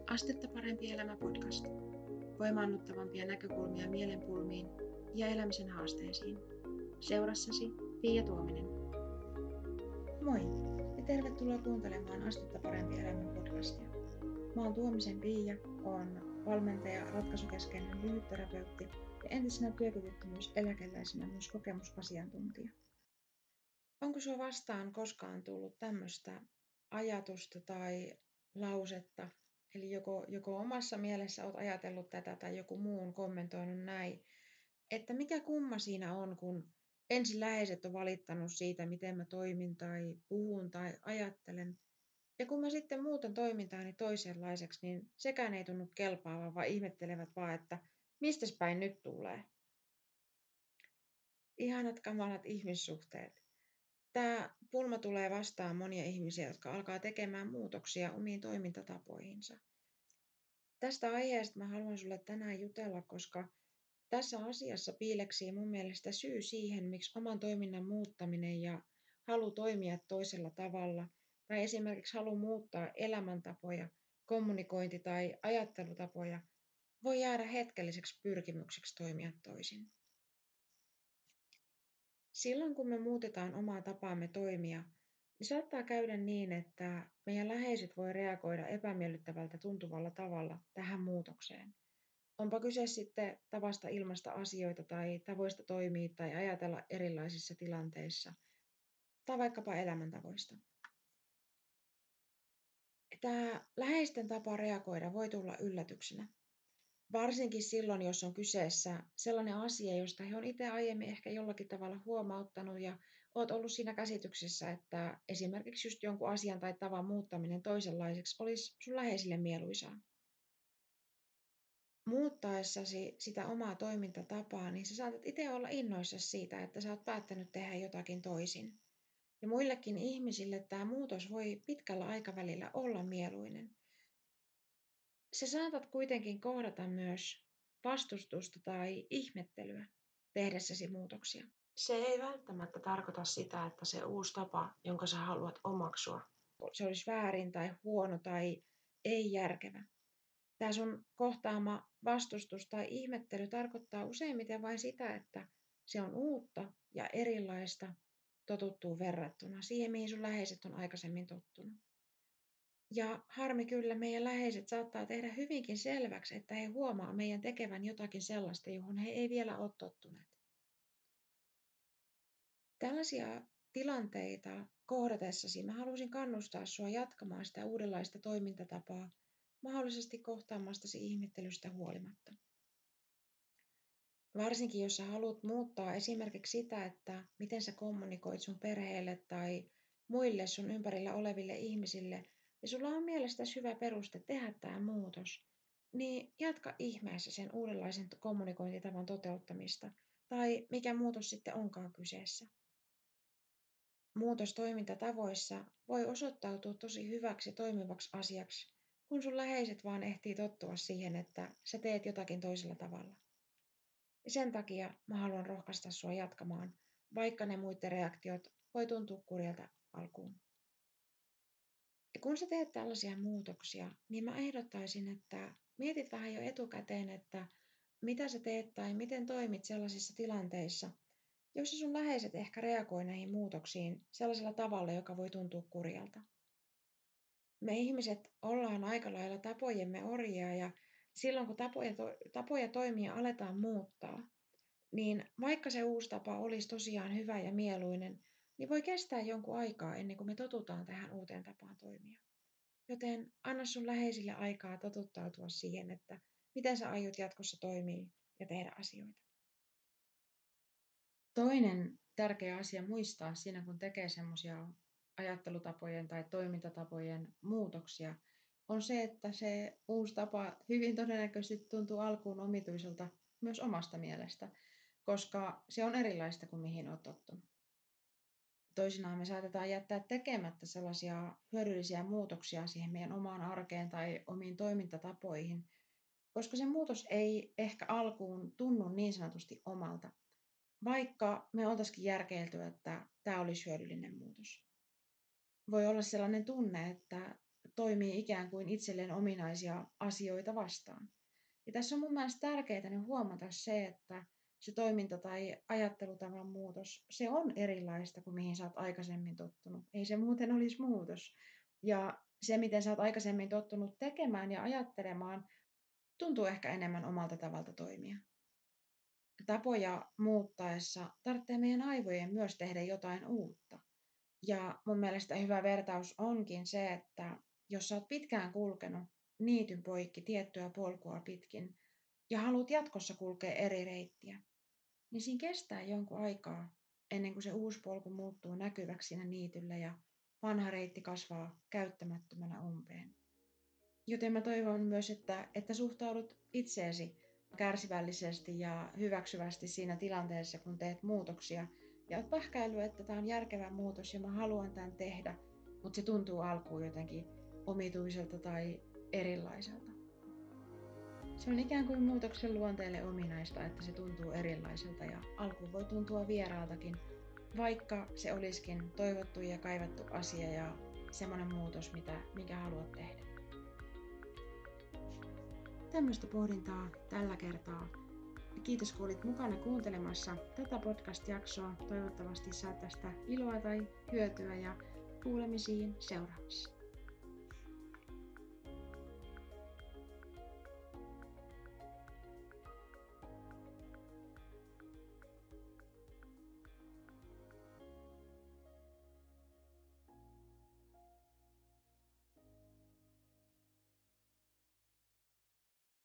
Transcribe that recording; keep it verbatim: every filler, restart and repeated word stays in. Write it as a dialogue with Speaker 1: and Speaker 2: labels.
Speaker 1: Astetta parempi elämä podcast. Voimaannuttavampia näkökulmia mielenpulmiin ja elämisen haasteisiin. Seurassasi Pia Tuominen. Moi ja tervetuloa kuuntelemaan Astetta parempi elämä podcastia. Mä oon Tuomisen Pia, oon valmentaja, ratkaisukeskeinen lyhytterapeutti ja entisenä työkyvyttömyyseläkeläisenä myös kokemusasiantuntija. Onko sua vastaan koskaan tullut tämmöistä ajatusta tai lausetta, eli joko, joko omassa mielessä olet ajatellut tätä tai joku muu on kommentoinut näin, että mikä kumma siinä on, kun ensin läheiset on valittanut siitä, miten mä toimin tai puhun tai ajattelen, ja kun mä sitten muutan toimintaani toisenlaiseksi, niin sekään ei tunnu kelpaavan, vaan ihmettelevät vaan, että mistäs päin nyt tulee. Ihanat kamalat ihmissuhteet. Tämä pulma tulee vastaan monia ihmisiä, jotka alkaa tekemään muutoksia omiin toimintatapoihinsa. Tästä aiheesta mä haluan sulle tänään jutella, koska tässä asiassa piileksii mun mielestä syy siihen, miksi oman toiminnan muuttaminen ja halu toimia toisella tavalla, tai esimerkiksi halu muuttaa elämäntapoja, kommunikointi- tai ajattelutapoja, voi jäädä hetkelliseksi pyrkimykseksi toimia toisin. Silloin kun me muutetaan omaa tapaamme toimia, niin saattaa käydä niin, että meidän läheiset voi reagoida epämiellyttävältä tuntuvalla tavalla tähän muutokseen. Onpa kyse sitten tavasta ilmaista asioita tai tavoista toimia tai ajatella erilaisissa tilanteissa tai vaikkapa elämäntavoista. Tämä läheisten tapa reagoida voi tulla yllätyksenä. Varsinkin silloin, jos on kyseessä sellainen asia, josta he on itse aiemmin ehkä jollakin tavalla huomauttanut ja olet ollut siinä käsityksessä, että esimerkiksi just jonkun asian tai tavan muuttaminen toisenlaiseksi olisi sun läheisille mieluisaa. Muuttaessasi sitä omaa toimintatapaa, niin sä saatat itse olla innoissasi siitä, että sä oot päättänyt tehdä jotakin toisin. Ja muillekin ihmisille tämä muutos voi pitkällä aikavälillä olla mieluinen. Sä saatat kuitenkin kohdata myös vastustusta tai ihmettelyä tehdessäsi muutoksia. Se ei välttämättä tarkoita sitä, että se uusi tapa, jonka sä haluat omaksua, se olisi väärin tai huono tai ei järkevä. Tämä sun kohtaama vastustus tai ihmettely tarkoittaa useimmiten vain sitä, että se on uutta ja erilaista totuttuun verrattuna siihen, mihin sun läheiset on aikaisemmin tottunut. Ja harmi kyllä, meidän läheiset saattaa tehdä hyvinkin selväksi, että he huomaa meidän tekevän jotakin sellaista, johon he ei vielä ole tottuneet. Tällaisia tilanteita kohdatessasi mä halusin kannustaa sua jatkamaan sitä uudenlaista toimintatapaa, mahdollisesti kohtaamastasi ihmettelystä huolimatta. Varsinkin jos sä haluat muuttaa esimerkiksi sitä, että miten sä kommunikoit sun perheelle tai muille sun ympärillä oleville ihmisille, ja sulla on mielestäsi hyvä peruste tehdä tämä muutos, niin jatka ihmeessä sen uudenlaisen kommunikointitavan toteuttamista, tai mikä muutos sitten onkaan kyseessä. Muutos toimintatavoissa voi osoittautua tosi hyväksi toimivaksi asiaksi, kun sun läheiset vaan ehtii tottua siihen, että sä teet jotakin toisella tavalla. Ja sen takia mä haluan rohkaista sua jatkamaan, vaikka ne muiden reaktiot voi tuntua kurjalta alkuun. Ja kun sä teet tällaisia muutoksia, niin mä ehdottaisin, että mietit vähän jo etukäteen, että mitä sä teet tai miten toimit sellaisissa tilanteissa, joissa sun läheiset ehkä reagoi näihin muutoksiin sellaisella tavalla, joka voi tuntua kurjalta. Me ihmiset ollaan aika lailla tapojemme orjia ja silloin kun tapoja, to- tapoja toimia aletaan muuttaa, niin vaikka se uusi tapa olisi tosiaan hyvä ja mieluinen, niin voi kestää jonkun aikaa ennen kuin me totutaan tähän uuteen tapaan toimia. Joten anna sun läheisille aikaa totuttautua siihen, että miten sä aiot jatkossa toimia ja tehdä asioita. Toinen tärkeä asia muistaa siinä, kun tekee semmoisia ajattelutapojen tai toimintatapojen muutoksia, on se, että se uusi tapa hyvin todennäköisesti tuntuu alkuun omituiselta myös omasta mielestä, koska se on erilaista kuin mihin olet tottunut. Toisinaan me saatetaan jättää tekemättä sellaisia hyödyllisiä muutoksia siihen meidän omaan arkeen tai omiin toimintatapoihin, koska se muutos ei ehkä alkuun tunnu niin sanotusti omalta, vaikka me oltaisikin järkeilty, että tämä olisi hyödyllinen muutos. Voi olla sellainen tunne, että toimii ikään kuin itselleen ominaisia asioita vastaan. Ja tässä on mun mielestä tärkeää niin huomata se, että se toiminta tai ajattelutavan muutos, se on erilaista kuin mihin sä oot aikaisemmin tottunut. Ei se muuten olisi muutos. Ja se, miten sä oot aikaisemmin tottunut tekemään ja ajattelemaan, tuntuu ehkä enemmän omalta tavalta toimia. Tapoja muuttaessa tarvitsee meidän aivojen myös tehdä jotain uutta. Ja mun mielestä hyvä vertaus onkin se, että jos sä oot pitkään kulkenut niityn poikki tiettyä polkua pitkin ja haluat jatkossa kulkea eri reittiä, niin siinä kestää jonkun aikaa ennen kuin se uusi polku muuttuu näkyväksi siinä niityllä ja vanha reitti kasvaa käyttämättömänä umpeen. Joten mä toivon myös, että, että suhtaudut itseesi kärsivällisesti ja hyväksyvästi siinä tilanteessa, kun teet muutoksia. Ja oot pähkäillyt, että tämä on järkevä muutos ja mä haluan tämän tehdä, mutta se tuntuu alkuun jotenkin omituiselta tai erilaiselta. Se on ikään kuin muutoksen luonteelle ominaista, että se tuntuu erilaiselta ja alkuun voi tuntua vieraaltakin, vaikka se olisikin toivottu ja kaivattu asia ja semmoinen muutos, mitä, minkä haluat tehdä. Tämmöistä pohdintaa tällä kertaa. Kiitos kun olit mukana kuuntelemassa tätä podcast-jaksoa. Toivottavasti saat tästä iloa tai hyötyä ja kuulemisiin seuraavassa.